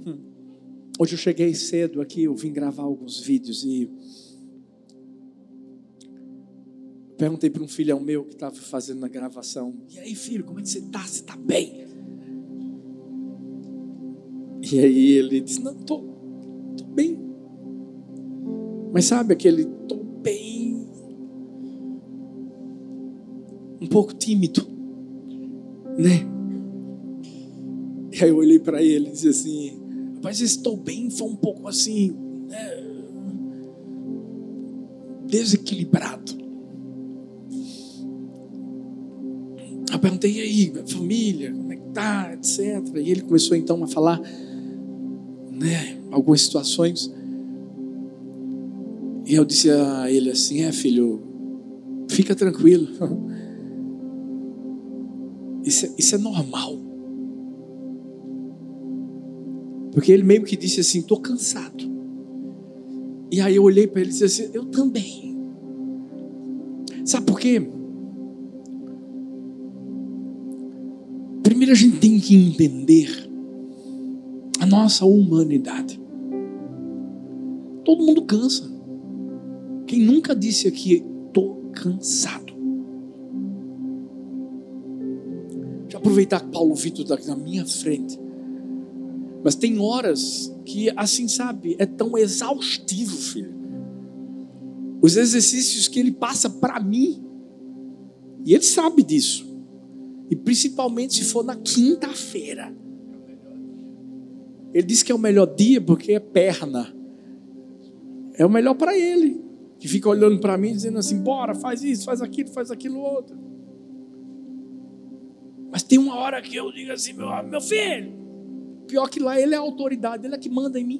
Hoje eu cheguei cedo aqui, eu vim gravar alguns vídeos e perguntei para um filhão meu que estava fazendo a gravação: e aí, filho, como é que você está? Você está bem? E aí ele disse: não, tô bem. Mas sabe aquele tô bem, um pouco tímido, né? E aí eu olhei para ele e disse assim: rapaz, estou bem, foi um pouco assim, né, desequilibrado. Eu perguntei: e aí, família, como é que tá, etc. E ele começou então a falar, né, algumas situações. E eu disse a ele assim: filho, fica tranquilo. Isso é normal. Porque ele meio que disse assim: estou cansado. E aí eu olhei para ele e disse assim: eu também. Sabe por quê? Primeiro a gente tem que entender a nossa humanidade. Todo mundo cansa. Quem nunca disse aqui: estou cansado? Deixa eu aproveitar que Paulo Vitor está aqui na minha frente. Mas tem horas que, assim, sabe, é tão exaustivo, filho. Os exercícios que ele passa para mim, e ele sabe disso. E principalmente se for na quinta-feira. Ele disse que é o melhor dia porque é perna. É o melhor para ele. Que fica olhando para mim dizendo assim: bora, faz isso, faz aquilo outro. Mas tem uma hora que eu digo assim: meu filho, pior que lá ele é a autoridade, ele é que manda em mim.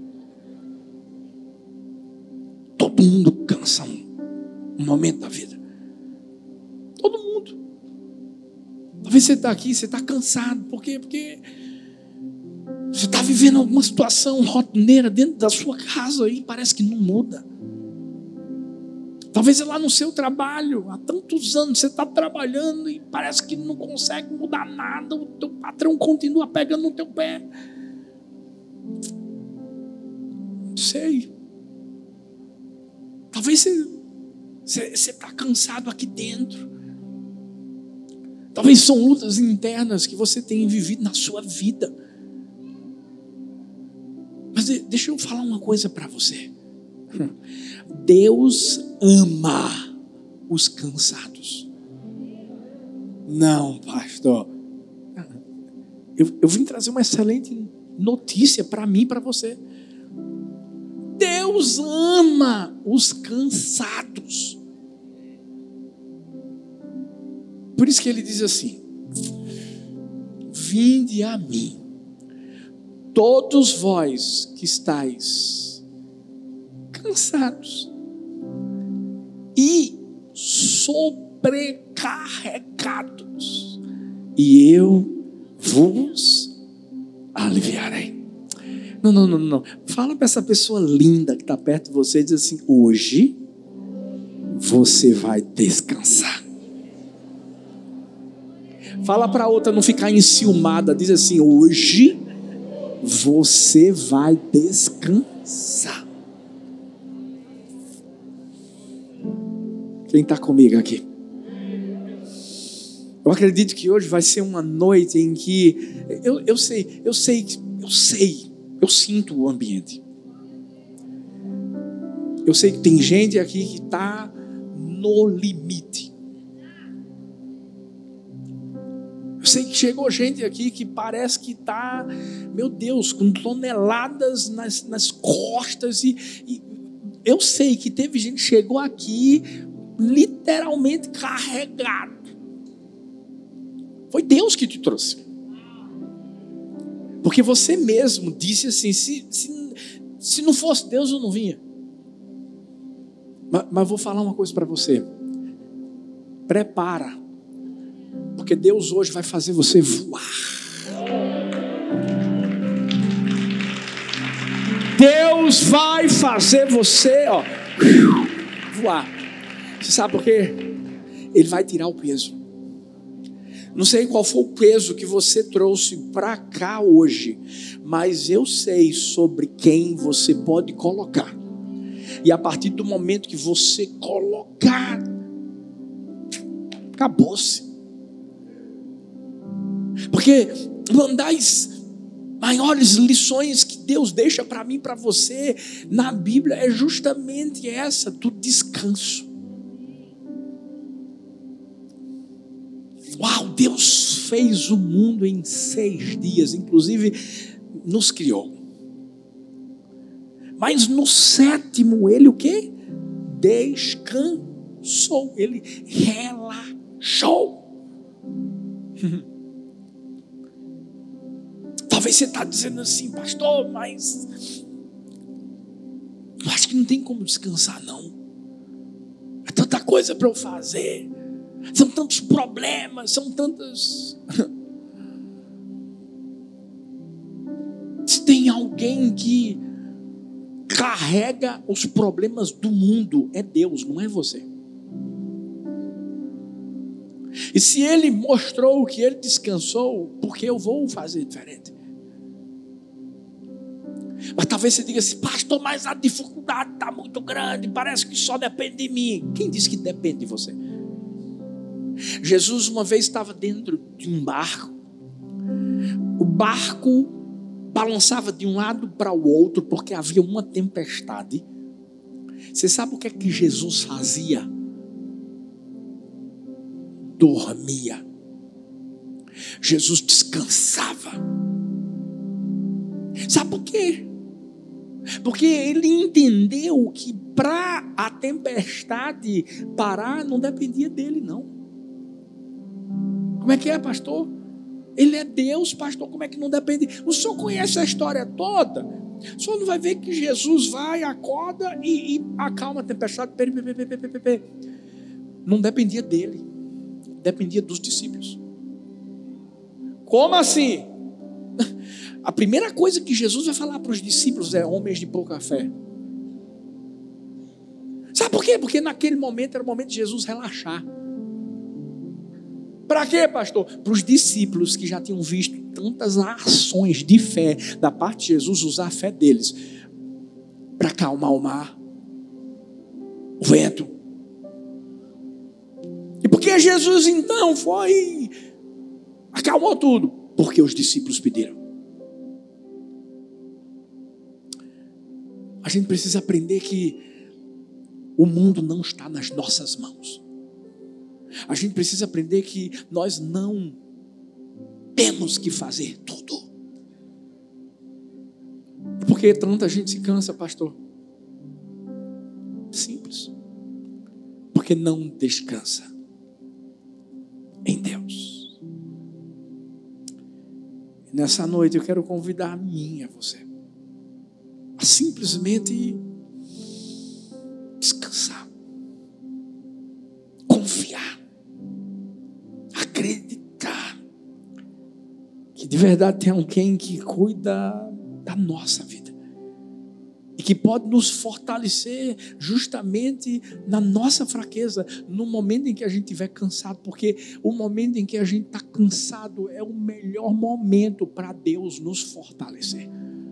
Todo mundo cansa um momento da vida. Todo mundo. Talvez você está aqui, você está cansado. Por quê? Porque você está vivendo alguma situação rotineira dentro da sua casa e parece que não muda. Talvez é lá no seu trabalho, há tantos anos você está trabalhando e parece que não consegue mudar nada, o teu patrão continua pegando no teu pé. Não sei. Talvez você está cansado aqui dentro. Talvez são lutas internas que você tem vivido na sua vida. Mas deixa eu falar uma coisa para você. Deus ama os cansados. Não, pastor. Eu vim trazer uma excelente notícia para mim e para você. Deus ama os cansados. Por isso que ele diz assim: vinde a mim, todos vós que estáis cansados e sobrecarregados, e eu vos aliviarei. Não. Fala para essa pessoa linda que está perto de você e diz assim: hoje você vai descansar. Fala para a outra não ficar enciumada, diz assim: hoje você vai descansar. Quem está comigo aqui? Eu acredito que hoje vai ser uma noite em que eu sinto o ambiente. Eu sei que tem gente aqui que está no limite. Eu sei que chegou gente aqui que parece que está, meu Deus, com toneladas nas costas. E eu sei que teve gente que chegou aqui literalmente carregado. Foi Deus que te trouxe. Porque você mesmo disse assim: se não fosse Deus eu não vinha. Mas vou falar uma coisa para você. Prepara. Porque Deus hoje vai fazer você voar. Deus vai fazer você voar. Você sabe por quê? Ele vai tirar o peso. Não sei qual foi o peso que você trouxe para cá hoje, mas eu sei sobre quem você pode colocar. E a partir do momento que você colocar, acabou-se. Porque uma das maiores lições que Deus deixa para mim e para você na Bíblia é justamente essa, do descanso. Uau, Deus fez o mundo em 6 dias, inclusive nos criou. Mas no 7º, ele o quê? Descansou, ele relaxou. Talvez você está dizendo assim, pastor, mas eu acho que não tem como descansar não. É tanta coisa para eu fazer. São tantos problemas, são tantas... Se tem alguém que carrega os problemas do mundo, é Deus, não é você. E se Ele mostrou que Ele descansou, por que eu vou fazer diferente? Mas talvez você diga assim, pastor, mas a dificuldade está muito grande, parece que só depende de mim. Quem disse que depende de você? Jesus uma vez estava dentro de um barco. O barco balançava de um lado para o outro porque havia uma tempestade. Você sabe o que é que Jesus fazia? Dormia. Jesus descansava. Sabe por quê? Porque ele entendeu que para a tempestade parar não dependia dele não. Como é que é, pastor? Ele é Deus, pastor, como é que não depende? O senhor conhece a história toda? O senhor não vai ver que Jesus vai, acorda e acalma a tempestade. Não dependia dele, dependia dos discípulos. Como assim? A primeira coisa que Jesus vai falar para os discípulos é: homens de pouca fé. Sabe por quê? Porque naquele momento era o momento de Jesus relaxar. Para quê, pastor? Para os discípulos que já tinham visto tantas ações de fé da parte de Jesus, usar a fé deles para acalmar o mar, o vento. E por que Jesus então foi, acalmou tudo? Porque os discípulos pediram. A gente precisa aprender que o mundo não está nas nossas mãos. A gente precisa aprender que nós não temos que fazer tudo. Por que tanta gente se cansa, pastor? Simples. Porque não descansa em Deus. E nessa noite eu quero convidar a mim e a você a simplesmente descansar, confiar, acreditar que de verdade tem alguém que cuida da nossa vida e que pode nos fortalecer justamente na nossa fraqueza, no momento em que a gente estiver cansado, porque o momento em que a gente está cansado é o melhor momento para Deus nos fortalecer.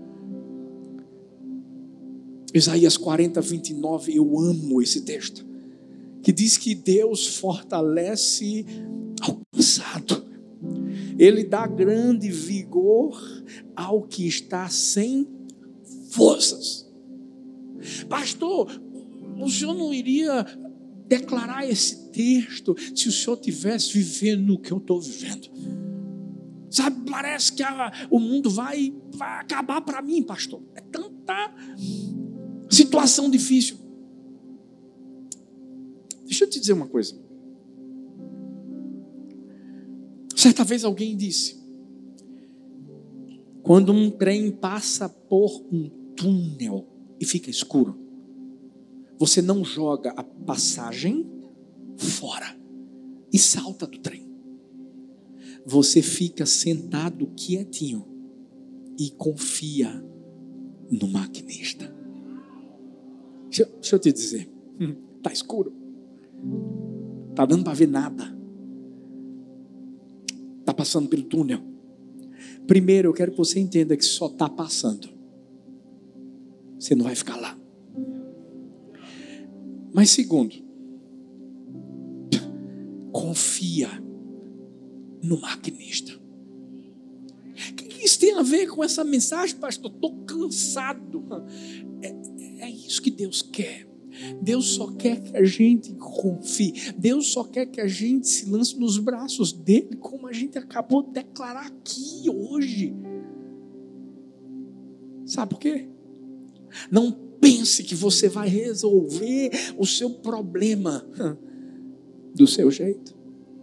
Isaías 40, 29, eu amo esse texto, que diz que Deus fortalece ao cansado, Ele dá grande vigor ao que está sem forças. Pastor, o senhor não iria declarar esse texto se o senhor estivesse vivendo o que eu estou vivendo? Sabe, parece que o mundo vai acabar para mim, pastor. É tanta situação difícil. Deixa eu te dizer uma coisa. Certa vez alguém disse: quando um trem passa por um túnel e fica escuro, você não joga a passagem fora e salta do trem. Você fica sentado quietinho e confia no maquinista. Deixa eu te dizer, está escuro, está dando para ver nada. passando pelo túnel. Primeiro, eu quero que você entenda que só está passando. Você não vai ficar lá. Mas segundo, confia no maquinista. O que isso tem a ver com essa mensagem, pastor? Estou cansado. É isso que Deus quer. Deus só quer que a gente confie. Deus só quer que a gente se lance nos braços dele, como a gente acabou de declarar aqui hoje. Sabe por quê? Não pense que você vai resolver o seu problema do seu jeito.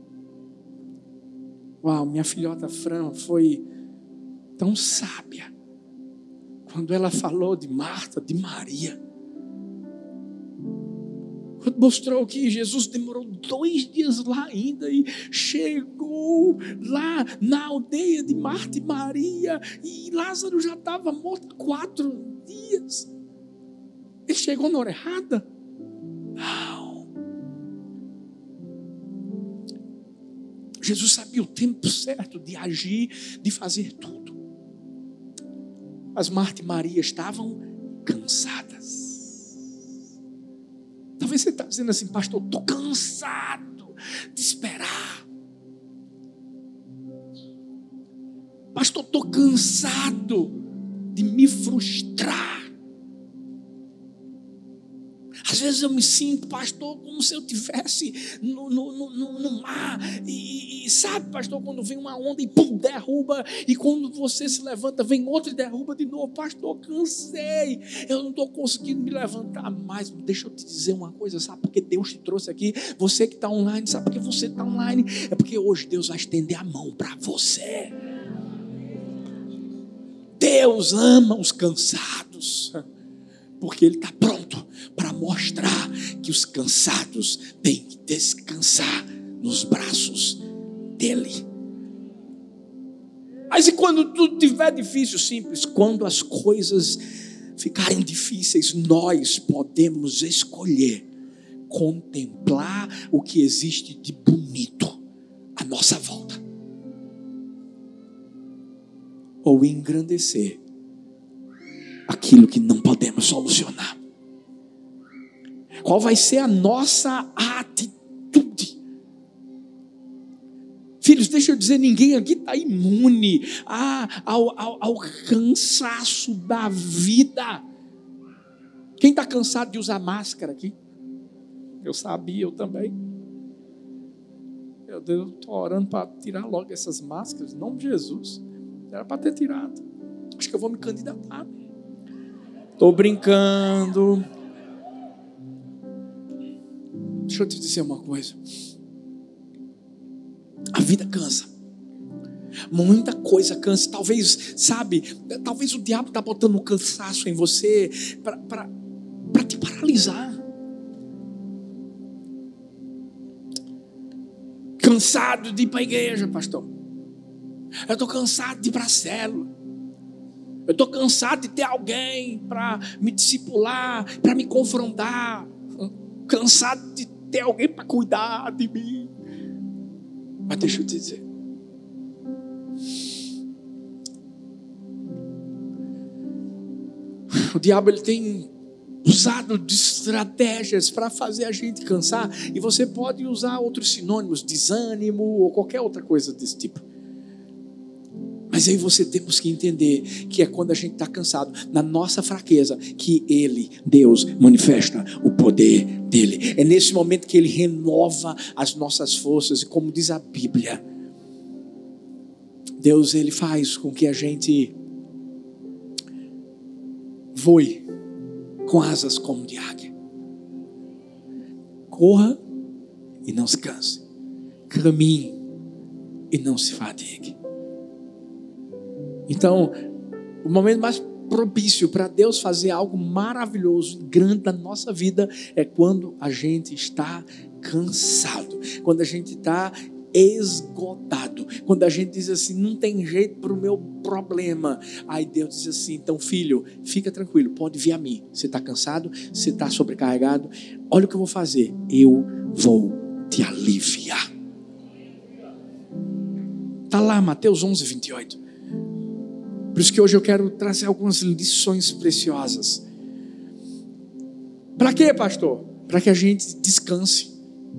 Uau, minha filhota Fran foi tão sábia quando ela falou de Marta, de Maria. Quando mostrou que Jesus demorou 2 dias lá ainda e chegou lá na aldeia de Marta e Maria e Lázaro já estava morto 4 dias. Ele chegou na hora errada. Não. Jesus sabia o tempo certo de agir, de fazer tudo. Mas Marta e Maria estavam cansadas. Talvez você está dizendo assim, pastor, estou cansado de esperar. Pastor, estou cansado de me frustrar. Às vezes eu me sinto, pastor, como se eu estivesse no mar. E sabe, pastor, quando vem uma onda e pum, derruba. E quando você se levanta, vem outra e derruba de novo. Pastor, cansei. Eu não estou conseguindo me levantar mais. Deixa eu te dizer uma coisa, sabe? Porque Deus te trouxe aqui. Você que está online, sabe por que você está online? É porque hoje Deus vai estender a mão para você. Deus ama os cansados. Porque Ele está pronto para mostrar que os cansados têm que descansar nos braços dEle. Mas e quando tudo estiver difícil? Simples. Quando as coisas ficarem difíceis, nós podemos escolher contemplar o que existe de bonito à nossa volta. Ou engrandecer aquilo que não podemos solucionar. Qual vai ser a nossa atitude? Filhos, deixa eu dizer, ninguém aqui está imune ao cansaço da vida. Quem está cansado de usar máscara aqui? Eu sabia, eu também. Meu Deus, eu estou orando para tirar logo essas máscaras, em nome de Jesus. Era para ter tirado. Acho que eu vou me candidatar. Estou brincando. Deixa eu te dizer uma coisa. A vida cansa. Muita coisa cansa. Talvez, sabe, talvez o diabo está botando um cansaço em você para te paralisar. Cansado de ir para a igreja, pastor. Eu estou cansado de ir para a célula. Eu estou cansado de ter alguém para me discipular, para me confrontar. Cansado de ter alguém para cuidar de mim. Mas deixa eu te dizer. O diabo ele tem usado de estratégias para fazer a gente cansar. E você pode usar outros sinônimos, desânimo ou qualquer outra coisa desse tipo. Mas aí você temos que entender que é quando a gente está cansado, na nossa fraqueza, que Ele, Deus, manifesta o poder dEle. É nesse momento que Ele renova as nossas forças. E como diz a Bíblia, Deus Ele faz com que a gente voe com asas como de águia. Corra e não se canse. Caminhe e não se fadigue. Então, o momento mais propício para Deus fazer algo maravilhoso, grande na nossa vida, é quando a gente está cansado, quando a gente está esgotado, quando a gente diz assim, não tem jeito para o meu problema. Aí Deus diz assim, então filho, fica tranquilo, pode vir a mim. Você está cansado? Você está sobrecarregado? Olha o que eu vou fazer, eu vou te aliviar. Está lá, Mateus 11, 28. Por isso que hoje eu quero trazer algumas lições preciosas. Para quê, pastor? Para que a gente descanse.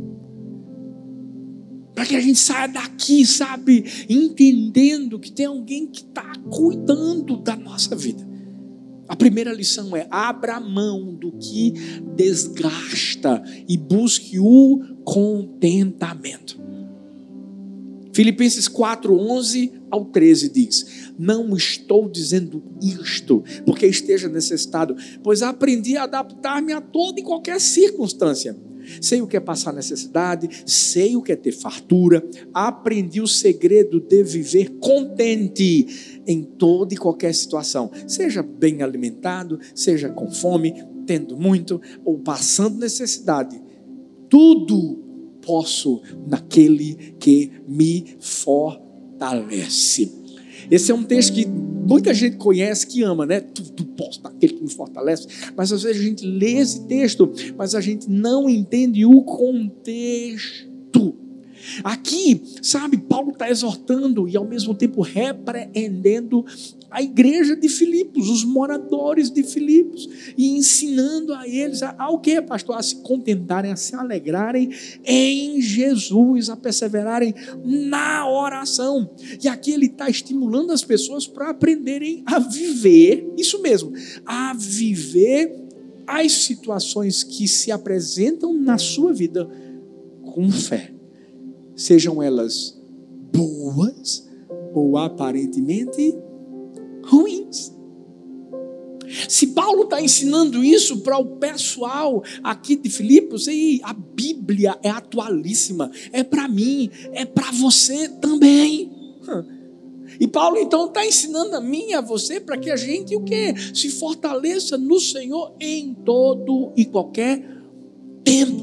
Para que a gente saia daqui, sabe, entendendo que tem alguém que está cuidando da nossa vida. A primeira lição é: abra mão do que desgasta e busque o contentamento. Filipenses 4, 11 ao 13 diz: não estou dizendo isto porque esteja necessitado, pois aprendi a adaptar-me a toda e qualquer circunstância. Sei o que é passar necessidade, sei o que é ter fartura, aprendi o segredo de viver contente em toda e qualquer situação, seja bem alimentado, seja com fome, tendo muito ou passando necessidade. Tudo posso naquele que me fortalece. Esse é um texto que muita gente conhece, que ama, né? Tudo posso naquele que me fortalece. Mas às vezes a gente lê esse texto, mas a gente não entende o contexto. Aqui, sabe, Paulo está exortando e ao mesmo tempo repreendendo a igreja de Filipos, os moradores de Filipos, e ensinando a eles ao que, pastor? A se contentarem, a se alegrarem em Jesus, a perseverarem na oração. E aqui ele está estimulando as pessoas para aprenderem a viver, isso mesmo, a viver as situações que se apresentam na sua vida com fé. Sejam elas boas ou aparentemente ruins. Se Paulo está ensinando isso para o pessoal aqui de Filipos, e a Bíblia é atualíssima, é para mim, é para você também. E Paulo então está ensinando a mim e a você para que a gente o quê? Se fortaleça no Senhor em todo e qualquer tempo.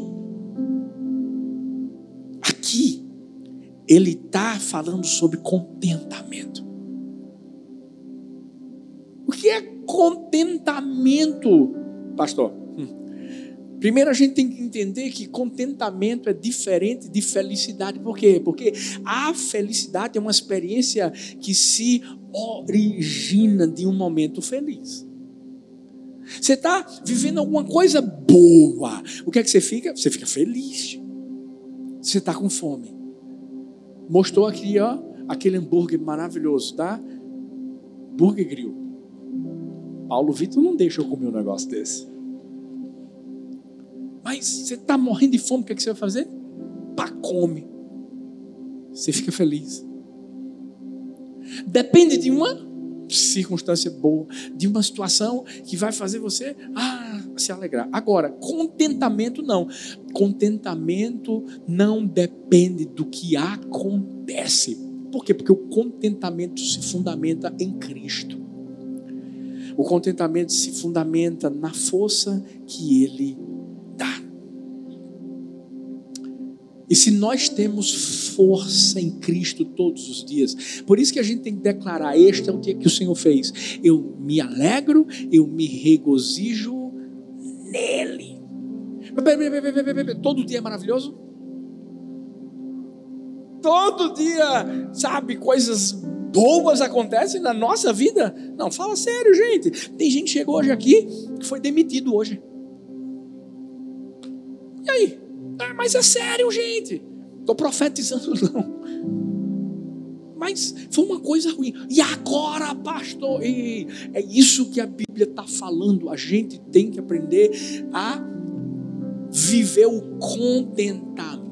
Aqui ele está falando sobre contentamento. O que é contentamento, pastor? Primeiro a gente tem que entender que contentamento é diferente de felicidade. Por quê? Porque a felicidade é uma experiência que se origina de um momento feliz. Você está vivendo alguma coisa boa. O que é que você fica? Você fica feliz. Você está com fome. Mostrou aqui, ó, aquele hambúrguer maravilhoso, tá? Burger Grill. Paulo Vitor não deixa eu comer um negócio desse. Mas você está morrendo de fome, o que é que você vai fazer? Pá, come. Você fica feliz. Depende de uma circunstância boa, de uma situação que vai fazer você se alegrar. Agora, contentamento não. Contentamento não depende do que acontece. Por quê? Porque o contentamento se fundamenta em Cristo. O contentamento se fundamenta na força que Ele dá. E se nós temos força em Cristo todos os dias, por isso que a gente tem que declarar: este é o dia que o Senhor fez. Eu me alegro, eu me regozijo nele. Todo dia é maravilhoso? Todo dia, sabe, coisas boas acontecem na nossa vida? Não, fala sério, gente. Tem gente que chegou hoje aqui que foi demitido hoje. E aí? Mas é sério, gente. Estou profetizando, não. Mas foi uma coisa ruim. E agora, pastor? E é isso que a Bíblia está falando. A gente tem que aprender a viver o contentamento.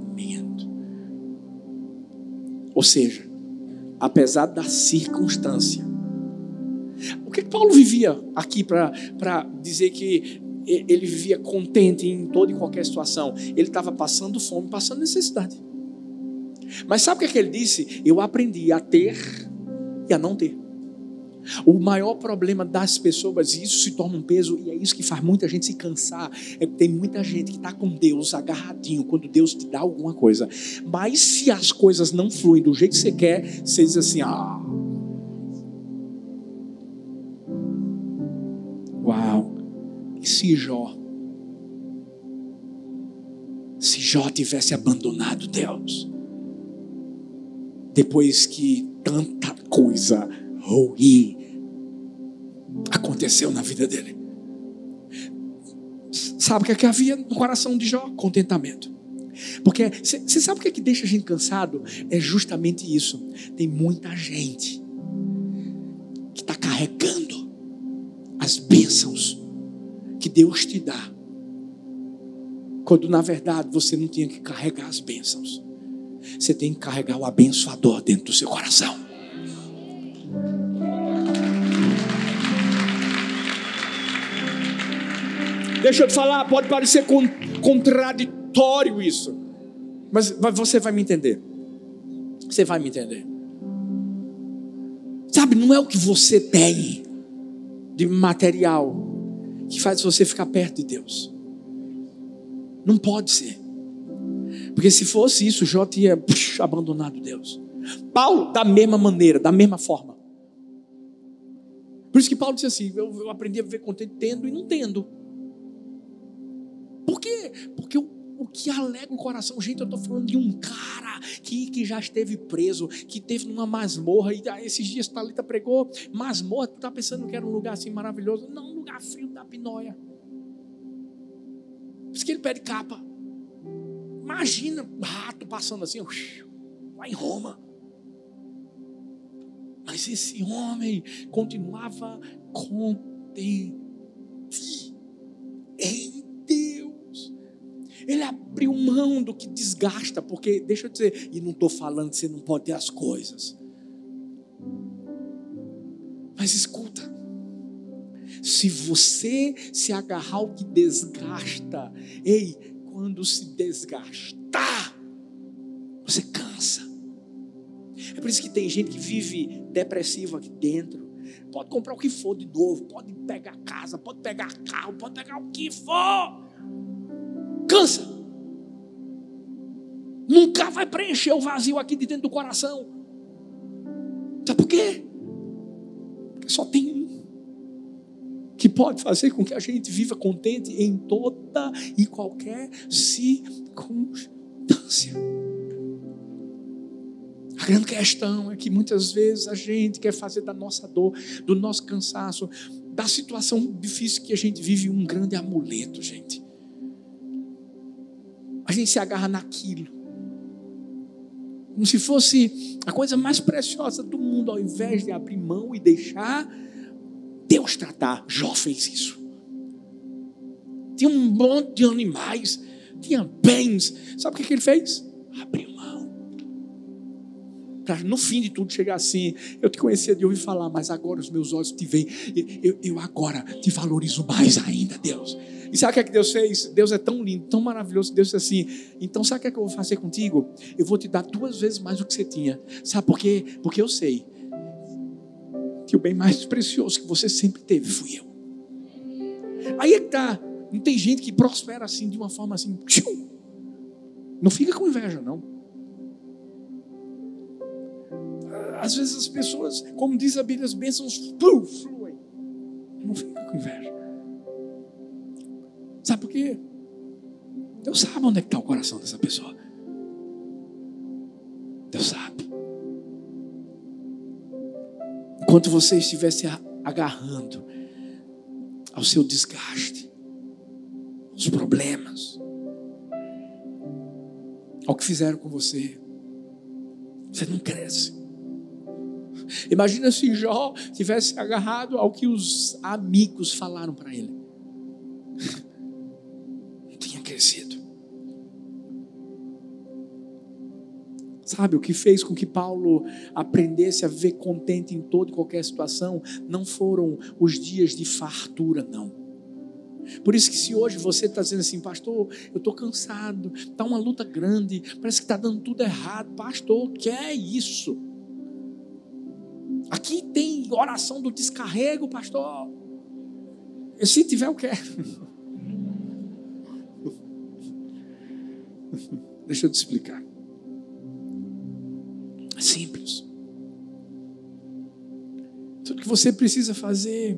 Ou seja, apesar da circunstância. O que Paulo vivia aqui para dizer que ele vivia contente em toda e qualquer situação? Ele estava passando fome, passando necessidade. Mas sabe o que ele disse? Eu aprendi a ter e a não ter. O maior problema das pessoas, e isso se torna um peso, e é isso que faz muita gente se cansar, é que tem muita gente que está com Deus agarradinho quando Deus te dá alguma coisa. Mas se as coisas não fluem do jeito que você quer, você diz assim: uau, e se Jó tivesse abandonado Deus, depois que tanta coisa ruim aconteceu na vida dele. Sabe o que havia no coração de Jó? Contentamento. Porque você sabe o que deixa a gente cansado? É justamente isso. Tem muita gente que está carregando as bênçãos que Deus te dá, quando na verdade você não tinha que carregar as bênçãos. Você tem que carregar o abençoador dentro do seu coração. Deixa eu te falar, pode parecer contraditório isso, mas você vai me entender. Você vai me entender. Sabe, não é o que você tem de material que faz você ficar perto de Deus. Não pode ser. Porque se fosse isso, Jó tinha abandonado Deus. Paulo, da mesma maneira, da mesma forma. Por isso que Paulo disse assim: eu aprendi a viver contente tendo e não tendo. Por quê? Porque o que alegra o coração, gente, eu estou falando de um cara que já esteve preso, que esteve numa masmorra, e esses dias Thalita pregou, masmorra, tu está pensando que era um lugar assim maravilhoso? Não, um lugar frio da pinóia. Por isso que ele pede capa. Imagina um rato passando assim, lá em Roma. Mas esse homem continuava contente em Deus. Ele abriu mão do que desgasta, porque, deixa eu dizer, e não estou falando que você não pode ter as coisas, mas escuta, se você se agarrar ao que desgasta, quando se desgastar, você cansa. É por isso que tem gente que vive depressivo aqui dentro. Pode comprar o que for de novo, pode pegar casa, pode pegar carro, pode pegar o que for. Cansa. Nunca vai preencher o vazio aqui de dentro do coração. Sabe por quê? Porque só tem um que pode fazer com que a gente viva contente em toda e qualquer circunstância. A grande questão é que muitas vezes a gente quer fazer da nossa dor, do nosso cansaço, da situação difícil que a gente vive, um grande amuleto, gente. A gente se agarra naquilo, como se fosse a coisa mais preciosa do mundo, ao invés de abrir mão e deixar Deus tratar. Jó fez isso. Tinha um monte de animais, tinha bens. Sabe o que ele fez? Abriu mão. Para no fim de tudo chegar assim: eu te conhecia de ouvir falar, mas agora os meus olhos te veem. Eu agora te valorizo mais ainda, Deus. E sabe o que Deus fez? Deus é tão lindo, tão maravilhoso. Deus disse assim: então sabe o que eu vou fazer contigo? Eu vou te dar 2 vezes mais do que você tinha. Sabe por quê? Porque eu sei que o bem mais precioso que você sempre teve fui eu. Aí é que tá. Não tem gente que prospera assim, de uma forma assim. Não fica com inveja, não. Às vezes as pessoas, como diz a Bíblia, as bênçãos fluem. Não fica com inveja. Sabe por quê? Deus sabe onde é que está o coração dessa pessoa. Deus sabe. Enquanto você estiver se agarrando ao seu desgaste, aos problemas, ao que fizeram com você, você não cresce. Imagina se Jó tivesse agarrado ao que os amigos falaram para ele. Não tinha crescido. Sabe, o que fez com que Paulo aprendesse a viver contente em toda e qualquer situação não foram os dias de fartura, não. Por isso que se hoje você está dizendo assim: pastor, eu estou cansado, está uma luta grande, parece que está dando tudo errado. Pastor, que é isso? Aqui tem oração do descarrego, pastor. Se tiver, eu quero. Deixa eu te explicar. É simples. Tudo que você precisa fazer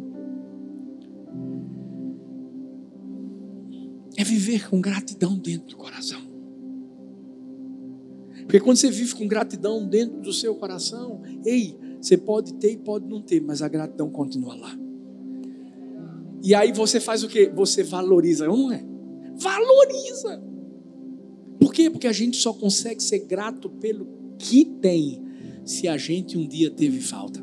é viver com gratidão dentro do coração. Porque quando você vive com gratidão dentro do seu coração, ei, você pode ter e pode não ter, mas a gratidão continua lá. E aí você faz o quê? Você valoriza, não é? Valoriza. Por quê? Porque a gente só consegue ser grato pelo que tem se a gente um dia teve falta.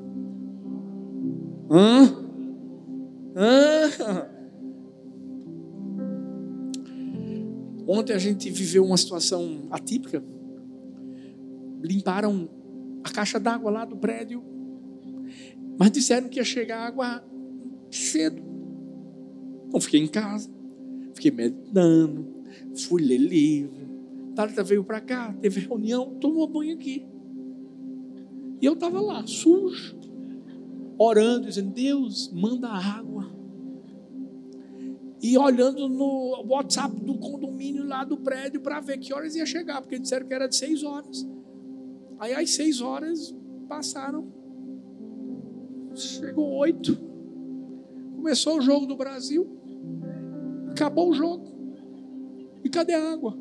Ontem a gente viveu uma situação atípica. Limparam a caixa d'água lá do prédio, mas disseram que ia chegar água cedo. Então fiquei em casa, fiquei meditando, fui ler livro. Thalita veio para cá, teve reunião, tomou banho aqui. E eu estava lá, sujo, orando, dizendo: Deus, manda água. E olhando no WhatsApp do condomínio lá do prédio para ver que horas ia chegar, porque disseram que era de 6 horas. Aí às 6 horas passaram, chegou 8, começou o jogo do Brasil, acabou o jogo, e cadê a água?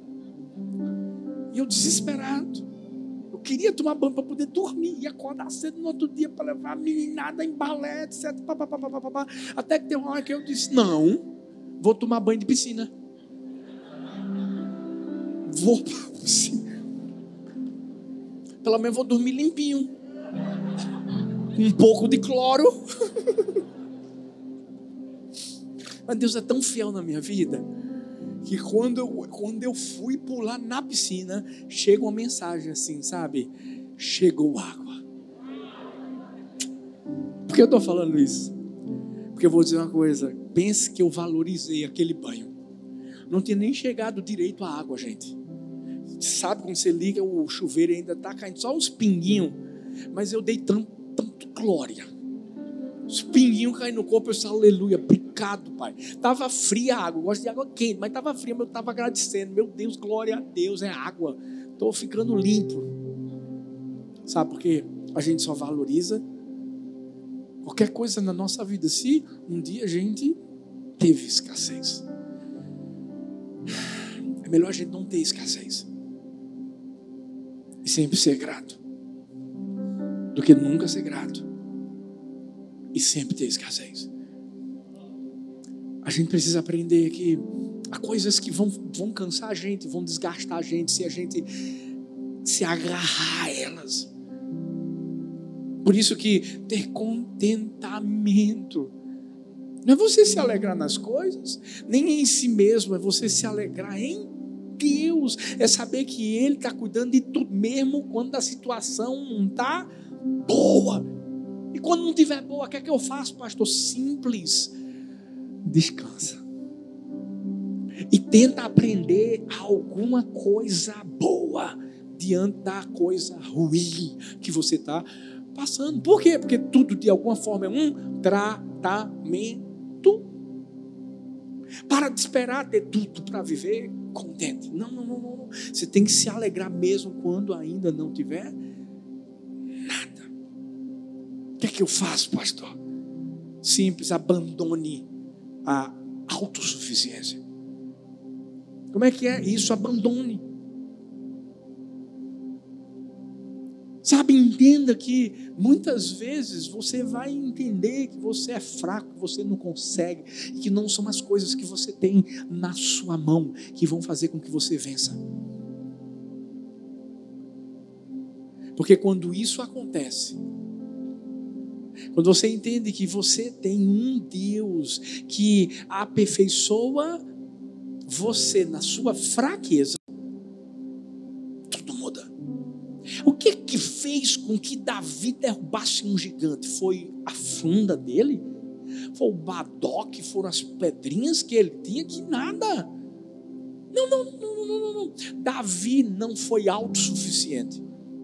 E eu desesperado, eu queria tomar banho para poder dormir e acordar cedo no outro dia para levar a meninada em balé, etc. Até que tem uma hora que eu disse: não, vou tomar banho de piscina. Vou para a piscina. Pelo menos vou dormir limpinho. Um pouco de cloro. Mas Deus é tão fiel na minha vida que quando eu fui pular na piscina, chega uma mensagem assim, sabe? Chegou água. Por que eu estou falando isso? Porque eu vou dizer uma coisa. Pense que eu valorizei aquele banho. Não tinha nem chegado direito a água, gente. Sabe quando você liga o chuveiro e ainda está caindo só uns pinguinhos, mas eu dei tanto glória, os pinguinhos caindo no corpo, eu disse: aleluia, obrigado, Pai. Estava fria a água, eu gosto de água quente, mas estava fria, mas eu estava agradecendo. Meu Deus, glória a Deus, é água, estou ficando limpo. Sabe por quê? A gente só valoriza qualquer coisa na nossa vida se um dia a gente teve escassez. É melhor a gente não ter escassez e sempre ser grato, do que nunca ser grato e sempre ter escassez. A gente precisa aprender que há coisas que vão cansar a gente, vão desgastar a gente, se a gente se agarrar a elas. Por isso que ter contentamento não é você se alegrar nas coisas, nem em si mesmo, é você se alegrar em Deus, é saber que Ele está cuidando de tudo, mesmo quando a situação não está boa. E quando não estiver boa, o que é que eu faço, pastor? Simples. Descansa. E tenta aprender alguma coisa boa diante da coisa ruim que você está passando. Por quê? Porque tudo de alguma forma é um tratamento. Para de esperar ter tudo para viver contente. Não. Você tem que se alegrar mesmo quando ainda não tiver nada. O que é que eu faço, pastor? Simples, abandone a autossuficiência. Como é que é isso? Abandone. Sabe, entenda que muitas vezes você vai entender que você é fraco, que você não consegue, e que não são as coisas que você tem na sua mão que vão fazer com que você vença. Porque quando isso acontece, quando você entende que você tem um Deus que aperfeiçoa você na sua fraqueza, tudo muda. O que fez com que Davi derrubasse um gigante? Foi a funda dele? Foi o badoque? Foram as pedrinhas que ele tinha? Que nada. Não. Davi não foi autossuficiente.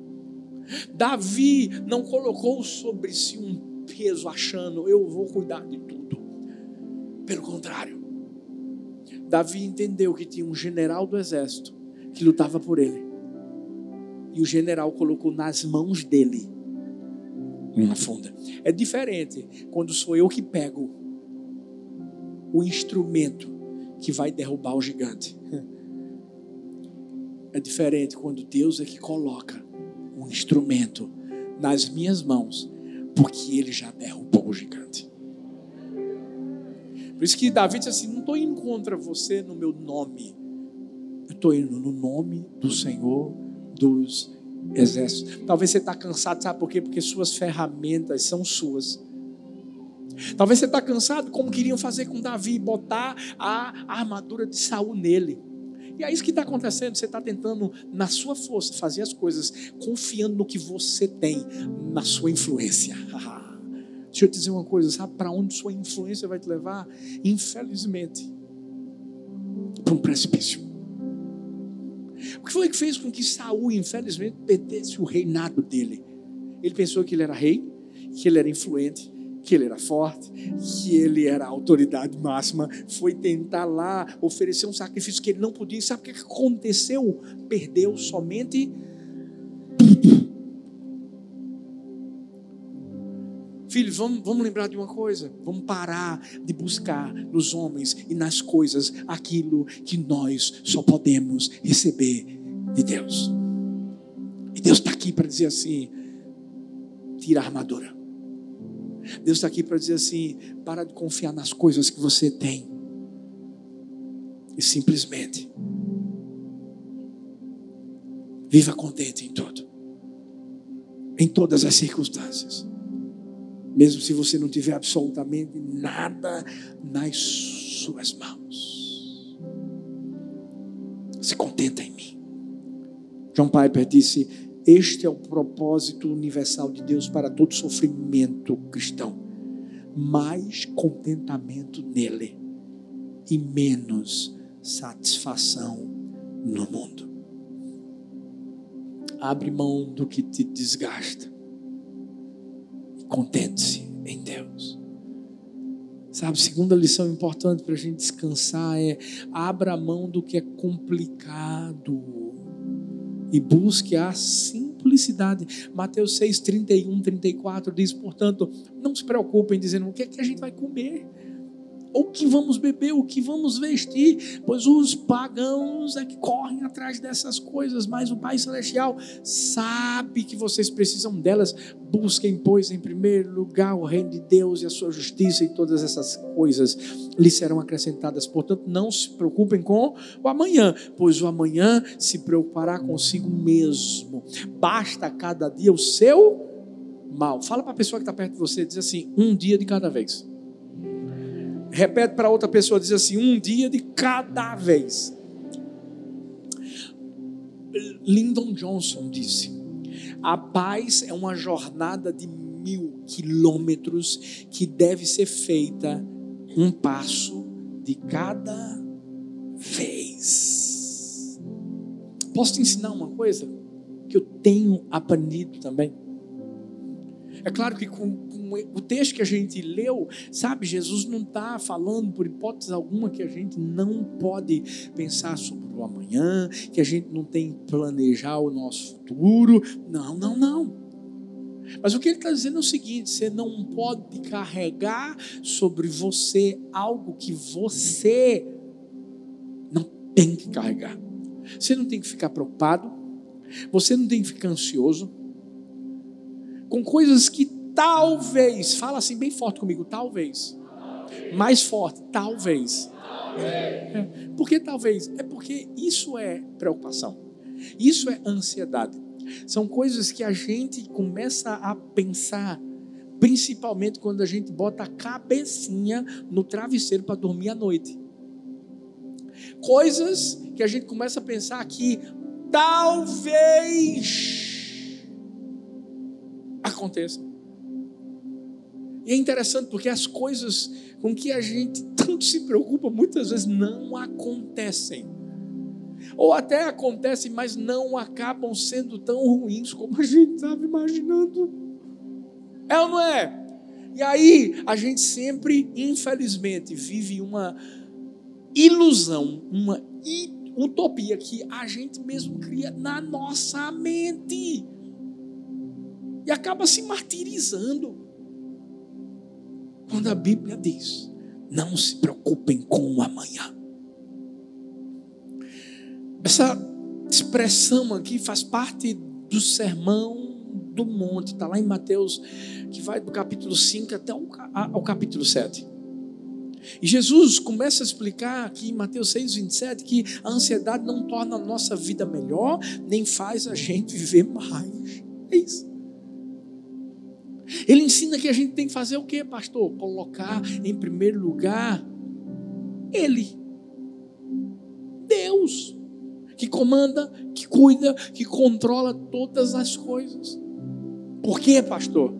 Davi não colocou sobre si um peso achando: eu vou cuidar de tudo. Pelo contrário, Davi entendeu que tinha um general do exército que lutava por ele. E o general colocou nas mãos dele uma funda. É diferente quando sou eu que pego o instrumento que vai derrubar o gigante. é diferente quando Deus é que coloca um instrumento nas minhas mãos, porque Ele já derrubou o gigante. Por isso que Davi disse assim: não estou indo contra você no meu nome, eu estou indo no nome do Senhor dos exércitos. Talvez você está cansado, sabe por quê? Porque suas ferramentas são suas. Talvez você está cansado, como queriam fazer com Davi, botar a armadura de Saul nele. E é isso que está acontecendo. Você está tentando, na sua força, fazer as coisas, confiando no que você tem, na sua influência. Deixa eu te dizer uma coisa, sabe para onde sua influência vai te levar? Infelizmente, para um precipício. O que foi que fez com que Saul, infelizmente, perdesse o reinado dele? Ele pensou que ele era rei, que ele era influente, que ele era forte, que ele era a autoridade máxima. Foi tentar lá oferecer um sacrifício que ele não podia. E sabe o que aconteceu? Perdeu somente tudo. Filhos, vamos lembrar de uma coisa. Vamos parar de buscar nos homens e nas coisas aquilo que nós só podemos receber de Deus. E Deus está aqui para dizer assim: tira a armadura. Deus está aqui para dizer assim: para de confiar nas coisas que você tem e simplesmente viva contente em tudo, em todas as circunstâncias, mesmo se você não tiver absolutamente nada nas suas mãos. Se contenta em mim. John Piper disse: este é o propósito universal de Deus para todo sofrimento cristão. Mais contentamento nele e menos satisfação no mundo. Abre mão do que te desgasta. Contente-se em Deus. Sabe, segunda lição importante para a gente descansar é: abra mão do que é complicado e busque a simplicidade. Mateus 6, 31, 34 diz: portanto, não se preocupem dizendo o que é que a gente vai comer, ou o que vamos beber, o que vamos vestir, pois os pagãos é que correm atrás dessas coisas, mas o Pai Celestial sabe que vocês precisam delas. Busquem, pois, em primeiro lugar o reino de Deus e a sua justiça, e todas essas coisas lhes serão acrescentadas. Portanto, não se preocupem com o amanhã, pois o amanhã se preocupará consigo mesmo. Basta cada dia o seu mal. Fala para a pessoa que está perto de você, diz assim: um dia de cada vez. Repete para outra pessoa, diz assim: um dia de cada vez. Lyndon Johnson disse: a paz é uma jornada de 1000 quilômetros que deve ser feita um passo de cada vez. Posso te ensinar uma coisa que eu tenho aprendido também? É claro que com o texto que a gente leu, sabe, Jesus não está falando por hipótese alguma que a gente não pode pensar sobre o amanhã, que a gente não tem que planejar o nosso futuro. Não. Mas o que ele está dizendo é o seguinte: você não pode carregar sobre você algo que você não tem que carregar. Você não tem que ficar preocupado, você não tem que ficar ansioso com coisas que talvez, fala assim bem forte comigo, talvez. Mais forte, talvez. Por que talvez? É porque isso é preocupação, isso é ansiedade. São coisas que a gente começa a pensar, principalmente quando a gente bota a cabecinha no travesseiro para dormir à noite. Coisas que a gente começa a pensar que talvez aconteça. E é interessante porque as coisas com que a gente tanto se preocupa muitas vezes não acontecem. Ou até acontecem, mas não acabam sendo tão ruins como a gente estava imaginando. É ou não é? E aí a gente sempre, infelizmente, vive uma ilusão, uma utopia que a gente mesmo cria na nossa mente. E acaba se martirizando. Quando a Bíblia diz: não se preocupem com o amanhã. Essa expressão aqui faz parte do sermão do monte. Está lá em Mateus, que vai do capítulo 5 até ao capítulo 7. E Jesus começa a explicar aqui em Mateus 6:27 que a ansiedade não torna a nossa vida melhor, nem faz a gente viver mais. É isso. Ele ensina que a gente tem que fazer o quê, pastor? Colocar em primeiro lugar Ele, Deus, que comanda, que cuida, que controla todas as coisas. Por quê, pastor?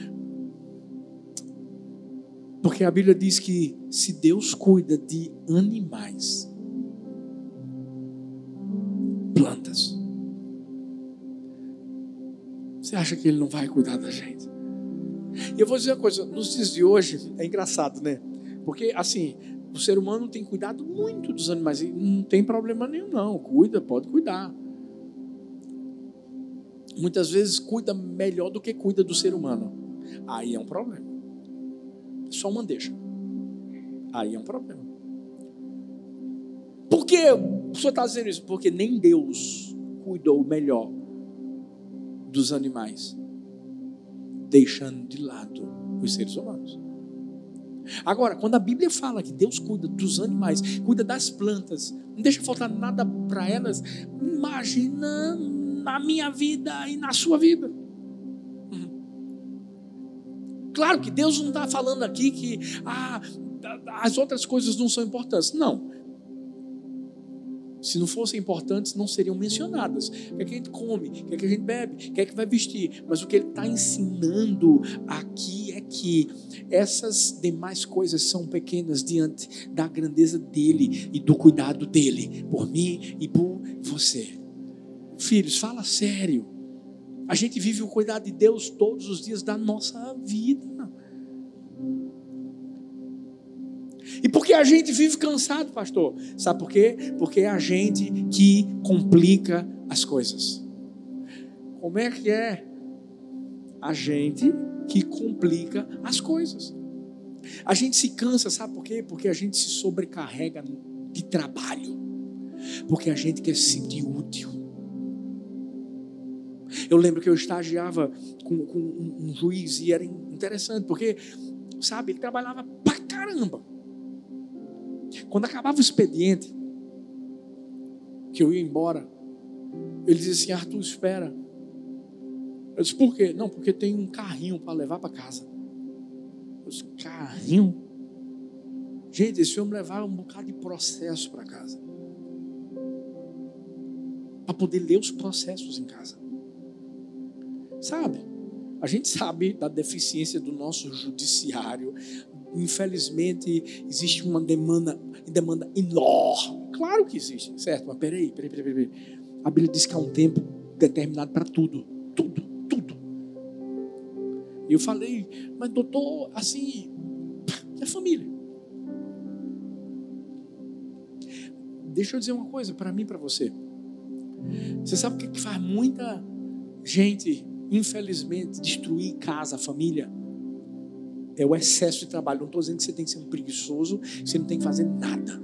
Porque a Bíblia diz que se Deus cuida de animais, plantas, você acha que Ele não vai cuidar da gente? E eu vou dizer uma coisa, nos dias de hoje, é engraçado, né? Porque assim, o ser humano tem cuidado muito dos animais, e não tem problema nenhum não, cuida, pode cuidar. Muitas vezes cuida melhor do que cuida do ser humano. Aí é um problema. Só uma deixa. Aí é um problema. Por que o senhor está dizendo isso? Porque nem Deus cuidou melhor dos animais, deixando de lado os seres humanos. Agora, quando a Bíblia fala que Deus cuida dos animais, cuida das plantas, não deixa faltar nada para elas, imagina na minha vida e na sua vida. Claro que Deus não está falando aqui que as outras coisas não são importantes. Não. Se não fossem importantes, não seriam mencionadas. O que é que a gente come? O que é que a gente bebe? O que é que vai vestir? Mas o que ele está ensinando aqui é que essas demais coisas são pequenas diante da grandeza dele e do cuidado dele por mim e por você. Filhos, fala sério. A gente vive o cuidado de Deus todos os dias da nossa vida. E por que a gente vive cansado, pastor? Sabe por quê? Porque é a gente que complica as coisas. Como é que é? A gente que complica as coisas. A gente se cansa, sabe por quê? Porque a gente se sobrecarrega de trabalho. Porque a gente quer se sentir útil. Eu lembro que eu estagiava com um juiz e era interessante, porque, sabe, ele trabalhava pra caramba. Quando acabava o expediente, que eu ia embora, ele dizia assim: Arthur, espera. Eu disse: por quê? Não, porque tem um carrinho para levar para casa. Eu disse: carrinho? Gente, esse homem levava um bocado de processo para casa, para poder ler os processos em casa. Sabe, a gente sabe da deficiência do nosso judiciário. Infelizmente existe uma demanda enorme. Claro que existe, certo? Mas peraí. A Bíblia diz que há um tempo determinado para tudo. E eu falei: mas doutor, assim, é família. Deixa eu dizer uma coisa para mim e para você. Você sabe o que faz muita gente, infelizmente, destruir casa, família? É o excesso de trabalho. Não estou dizendo que você tem que ser um preguiçoso, que você não tem que fazer nada.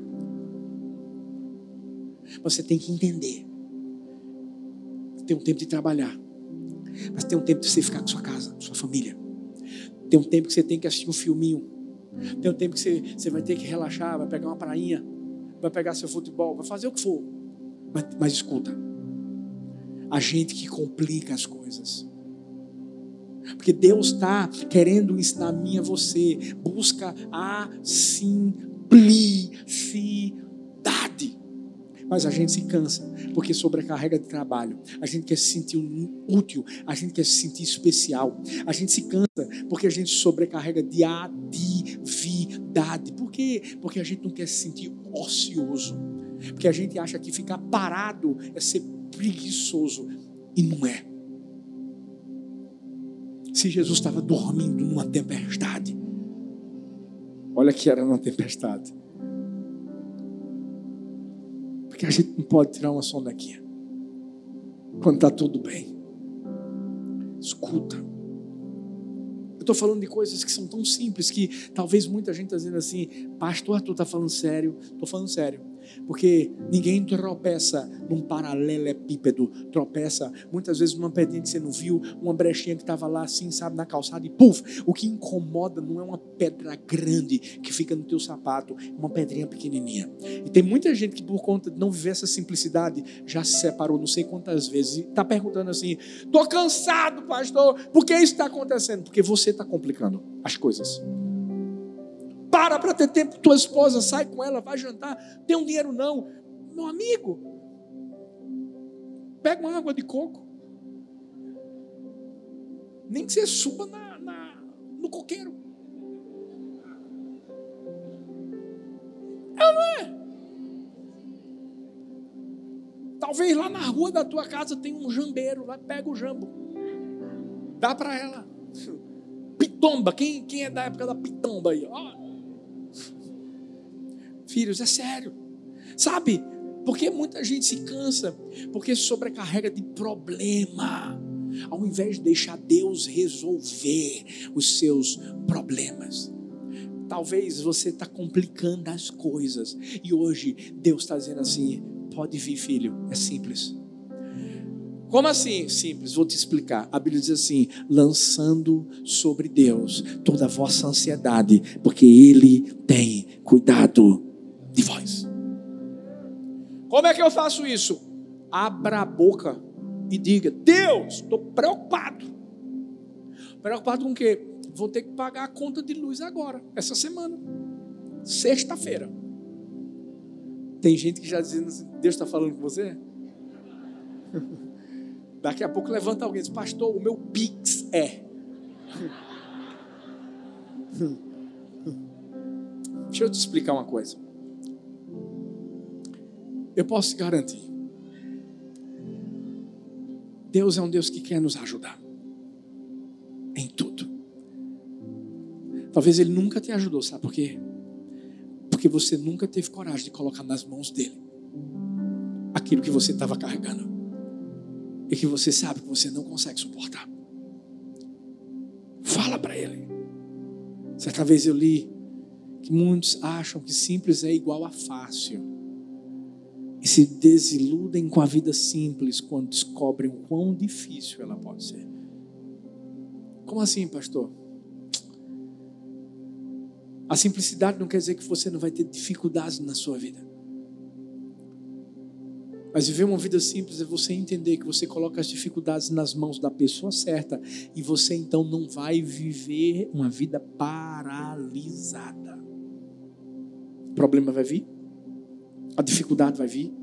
Mas você tem que entender. Tem um tempo de trabalhar, mas tem um tempo de você ficar com sua casa, com sua família. Tem um tempo que você tem que assistir um filminho. Tem um tempo que você vai ter que relaxar, vai pegar uma prainha, vai pegar seu futebol, vai fazer o que for. Mas escuta, a gente que complica as coisas. Porque Deus está querendo ensinar a mim e a você. Busca a simplicidade. Mas a gente se cansa, porque sobrecarrega de trabalho. A gente quer se sentir útil, a gente quer se sentir especial. A gente se cansa porque a gente sobrecarrega de atividade. Por quê? Porque a gente não quer se sentir ocioso. Porque a gente acha que ficar parado é ser preguiçoso. E não é. Se Jesus estava dormindo numa tempestade, olha que era numa tempestade, porque a gente não pode tirar uma sonequinha quando está tudo bem. Escuta, eu estou falando de coisas que são tão simples que talvez muita gente está dizendo assim: pastor, tu está falando sério? Estou falando sério. Porque ninguém tropeça num paralelepípedo, tropeça muitas vezes numa pedrinha que você não viu, uma brechinha que estava lá assim, sabe, na calçada e puf. O que incomoda não é uma pedra grande que fica no teu sapato, é uma pedrinha pequenininha. E tem muita gente que por conta de não viver essa simplicidade já se separou não sei quantas vezes e está perguntando assim: estou cansado, pastor, por que isso está acontecendo? Porque você está complicando as coisas. Para ter tempo, tua esposa, sai com ela, vai jantar, tem um dinheiro não. Meu amigo, pega uma água de coco. Nem que você suba no coqueiro. Não é? Talvez lá na rua da tua casa tenha um jambeiro, vai, pega o jambo. Dá para ela. Pitomba, quem é da época da pitomba aí? Ó. Filhos, é sério. Sabe? Porque muita gente se cansa, porque sobrecarrega de problema, ao invés de deixar Deus resolver os seus problemas. Talvez você está complicando as coisas, e hoje Deus está dizendo assim: pode vir, filho, é simples. Como assim simples? Vou te explicar. A Bíblia diz assim: lançando sobre Deus toda a vossa ansiedade, porque Ele tem cuidado de vós. Como é que eu faço isso? Abra a boca e diga: Deus, estou preocupado. Preocupado com o quê? Vou ter que pagar a conta de luz agora, essa semana, sexta-feira. Tem gente que já dizendo assim: Deus está falando com você? Daqui a pouco levanta alguém e diz: pastor, o meu Pix é. Deixa eu te explicar uma coisa. Eu posso te garantir, Deus é um Deus que quer nos ajudar em tudo. Talvez Ele nunca te ajudou, sabe por quê? Porque você nunca teve coragem de colocar nas mãos dEle aquilo que você estava carregando e que você sabe que você não consegue suportar. Fala para Ele. Certa vez eu li que muitos acham que simples é igual a fácil e se desiludem com a vida simples quando descobrem o quão difícil ela pode ser. Como assim, pastor? A simplicidade não quer dizer que você não vai ter dificuldades na sua vida. Mas viver uma vida simples é você entender que você coloca as dificuldades nas mãos da pessoa certa e você então não vai viver uma vida paralisada. O problema vai vir, a dificuldade vai vir,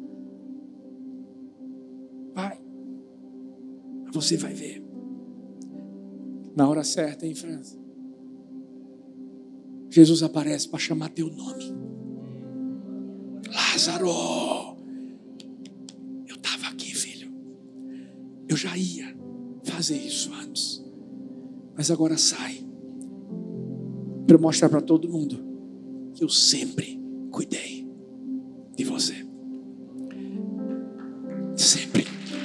vai, você vai ver na hora certa, hein, França? Jesus aparece para chamar teu nome. Lázaro, eu estava aqui, filho. Eu já ia fazer isso antes, mas agora sai para mostrar para todo mundo que eu sempre cuidei de você. Sempre.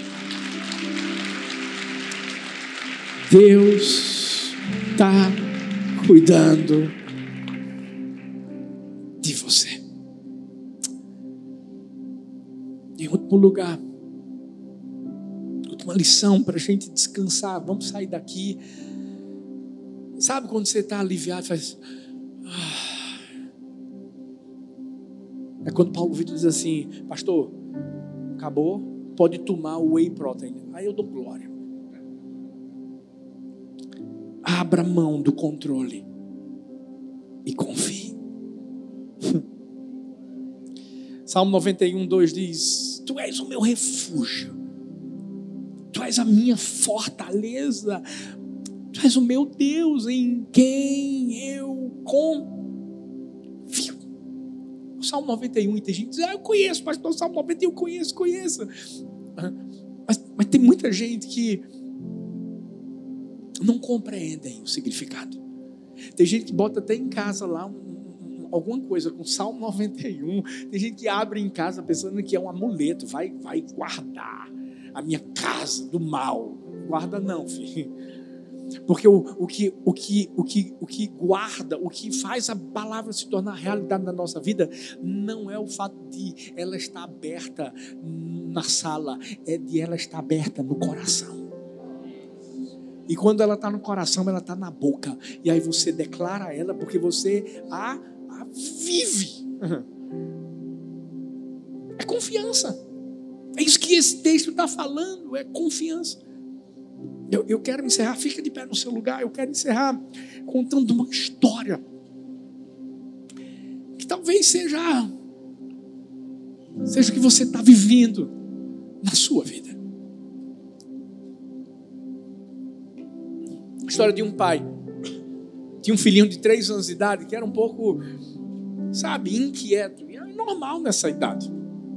Deus está cuidando de você. Em último lugar, última lição para a gente descansar. Vamos sair daqui. Sabe quando você está aliviado, faz... É quando Paulo Vitor diz assim: pastor, acabou, pode tomar o whey protein. Aí eu dou glória. Abra mão do controle e confie. Salmo 91, 2 diz: tu és o meu refúgio, tu és a minha fortaleza, tu és o meu Deus em quem eu confio. O Salmo 91, e tem gente que diz: eu conheço, pastor, o Salmo 91 conheço. Mas tem muita gente que não compreendem o significado. Tem gente que bota até em casa lá alguma coisa com Salmo 91. Tem gente que abre em casa pensando que é um amuleto, vai guardar a minha casa do mal. Guarda não, filho. Porque o que guarda, o que faz a palavra se tornar realidade na nossa vida, não é o fato de ela estar aberta na sala, é de ela estar aberta no coração. E quando ela está no coração, ela está na boca. E aí você declara ela porque você a vive. É confiança. É isso que esse texto está falando, é confiança. Eu quero encerrar, fica de pé no seu lugar. Eu quero encerrar contando uma história que talvez seja o que você está vivendo na sua vida. A história de um pai. Tinha um filhinho de 3 anos de idade que era um pouco, inquieto. E é normal nessa idade.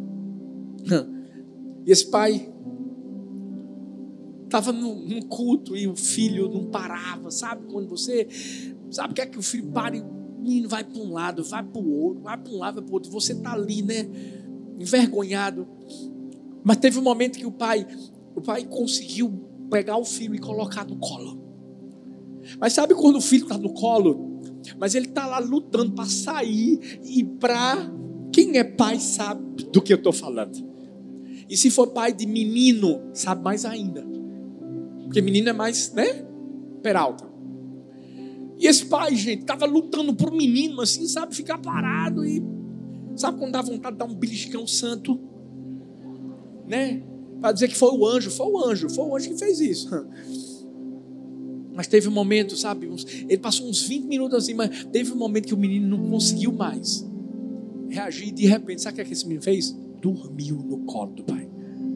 E esse pai estava num culto e o filho não parava. Sabe quando você... Sabe o que é que o filho para e o menino vai para um lado, vai para o outro, vai para um lado, vai para o outro. Você está ali, envergonhado. Mas teve um momento que o pai conseguiu pegar o filho e colocar no colo. Mas sabe quando o filho está no colo, mas ele está lá lutando para sair e para... Quem é pai sabe do que eu estou falando. E se for pai de menino, sabe mais ainda. Porque menino é mais, peralta. E esse pai, gente, estava lutando por menino, assim, ficar parado. E sabe quando dá vontade de dar um beliscão santo? Para dizer que foi o anjo que fez isso. Mas teve um momento, ele passou uns 20 minutos assim, mas teve um momento que o menino não conseguiu mais reagir. E de repente, sabe o que esse menino fez? Dormiu no colo do pai.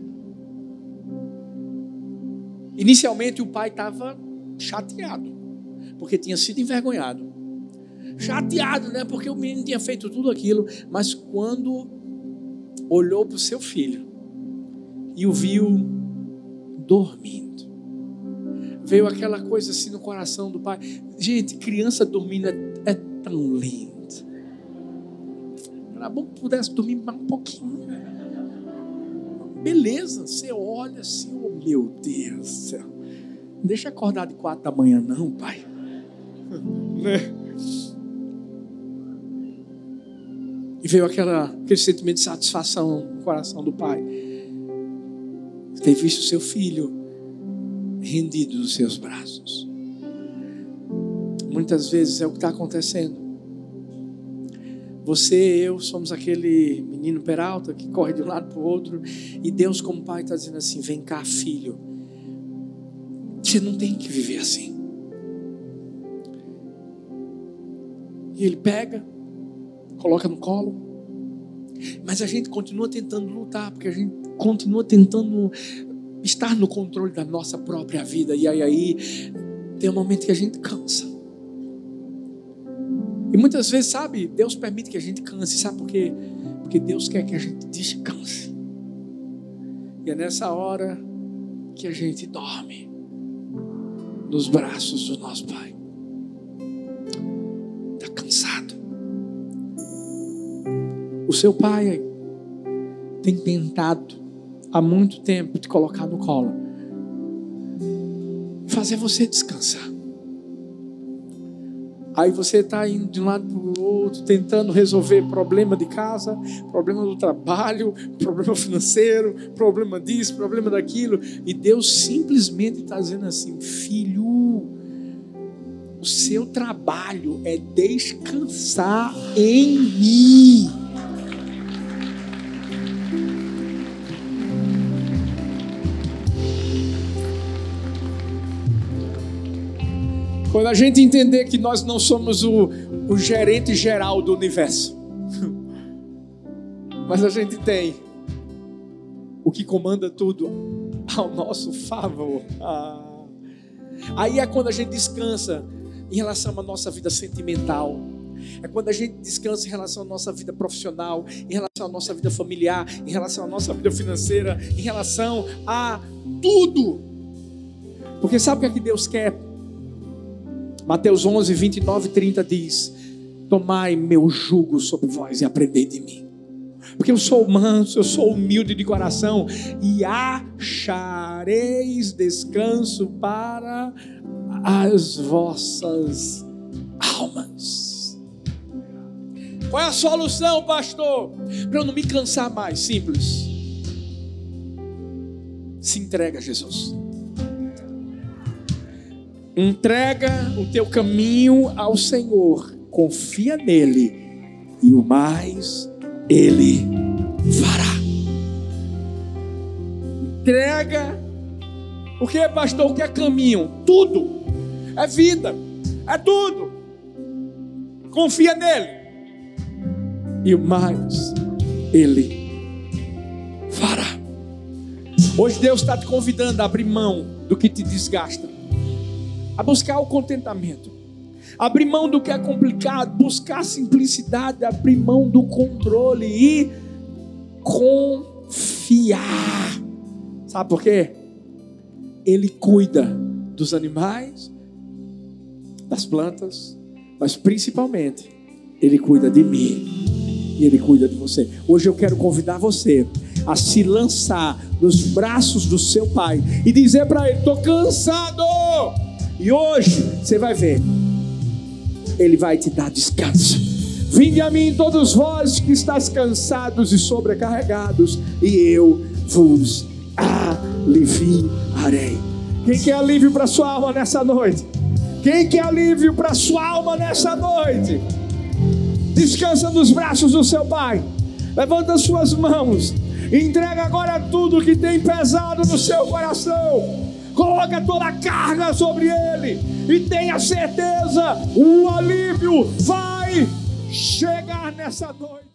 Inicialmente o pai estava chateado, porque tinha sido envergonhado. Chateado, porque o menino tinha feito tudo aquilo. Mas quando olhou para o seu filho e o viu dormindo, veio aquela coisa assim no coração do pai. Gente, criança dormindo é tão lindo. Era bom que pudesse dormir mais um pouquinho. Beleza, você olha assim, oh meu Deus do céu. Não deixa acordar de 4 da manhã não, pai. E veio aquele sentimento de satisfação no coração do pai. Ter visto o seu filho rendido nos seus braços. Muitas vezes é o que está acontecendo. Você e eu somos aquele menino peralta que corre de um lado para o outro. E Deus, como pai, está dizendo assim: vem cá, filho. Você não tem que viver assim. E ele pega, coloca no colo. Mas a gente continua tentando lutar, porque a gente continua tentando estar no controle da nossa própria vida. E aí tem um momento que a gente cansa. E muitas vezes, Deus permite que a gente canse. Sabe por quê? Porque Deus quer que a gente descanse. E é nessa hora que a gente dorme nos braços do nosso Pai. Está cansado. O seu pai tem tentado há muito tempo te colocar no colo, fazer você descansar. Aí você está indo de um lado para o outro, tentando resolver problema de casa, problema do trabalho, problema financeiro, problema disso, problema daquilo. E Deus simplesmente está dizendo assim: filho, o seu trabalho é descansar em mim. Quando a gente entender que nós não somos o gerente geral do universo, mas a gente tem o que comanda tudo ao nosso favor. Aí é quando a gente descansa em relação à nossa vida sentimental. É quando a gente descansa em relação à nossa vida profissional, em relação à nossa vida familiar, em relação à nossa vida financeira, em relação a tudo. Porque sabe o que é que Deus quer? Mateus 11, 29 e 30 diz: tomai meu jugo sobre vós e aprendei de mim, porque eu sou manso, eu sou humilde de coração, e achareis descanso para as vossas almas. Qual é a solução, pastor? Para eu não me cansar mais. Simples. Se entrega a Jesus. Entrega o teu caminho ao Senhor. Confia nele. E o mais Ele fará. Entrega. O que, pastor? O que é caminho? Tudo. É vida. É tudo. Confia nele. E o mais Ele fará. Hoje Deus está te convidando a abrir mão do que te desgasta, a buscar o contentamento, abrir mão do que é complicado, buscar a simplicidade, abrir mão do controle e confiar. Sabe por quê? Ele cuida dos animais, das plantas, mas principalmente Ele cuida de mim e Ele cuida de você. Hoje eu quero convidar você a se lançar nos braços do seu Pai e dizer para Ele: estou cansado. E hoje você vai ver, Ele vai te dar descanso. Vinde a mim todos vós que estáis cansados e sobrecarregados, e eu vos aliviarei. Quem quer alívio para sua alma nessa noite? Quem quer alívio para sua alma nessa noite? Descansa nos braços do seu Pai. Levanta as suas mãos. Entrega agora tudo que tem pesado no seu coração. Coloca toda a carga sobre Ele. E tenha certeza, o alívio vai chegar nessa noite.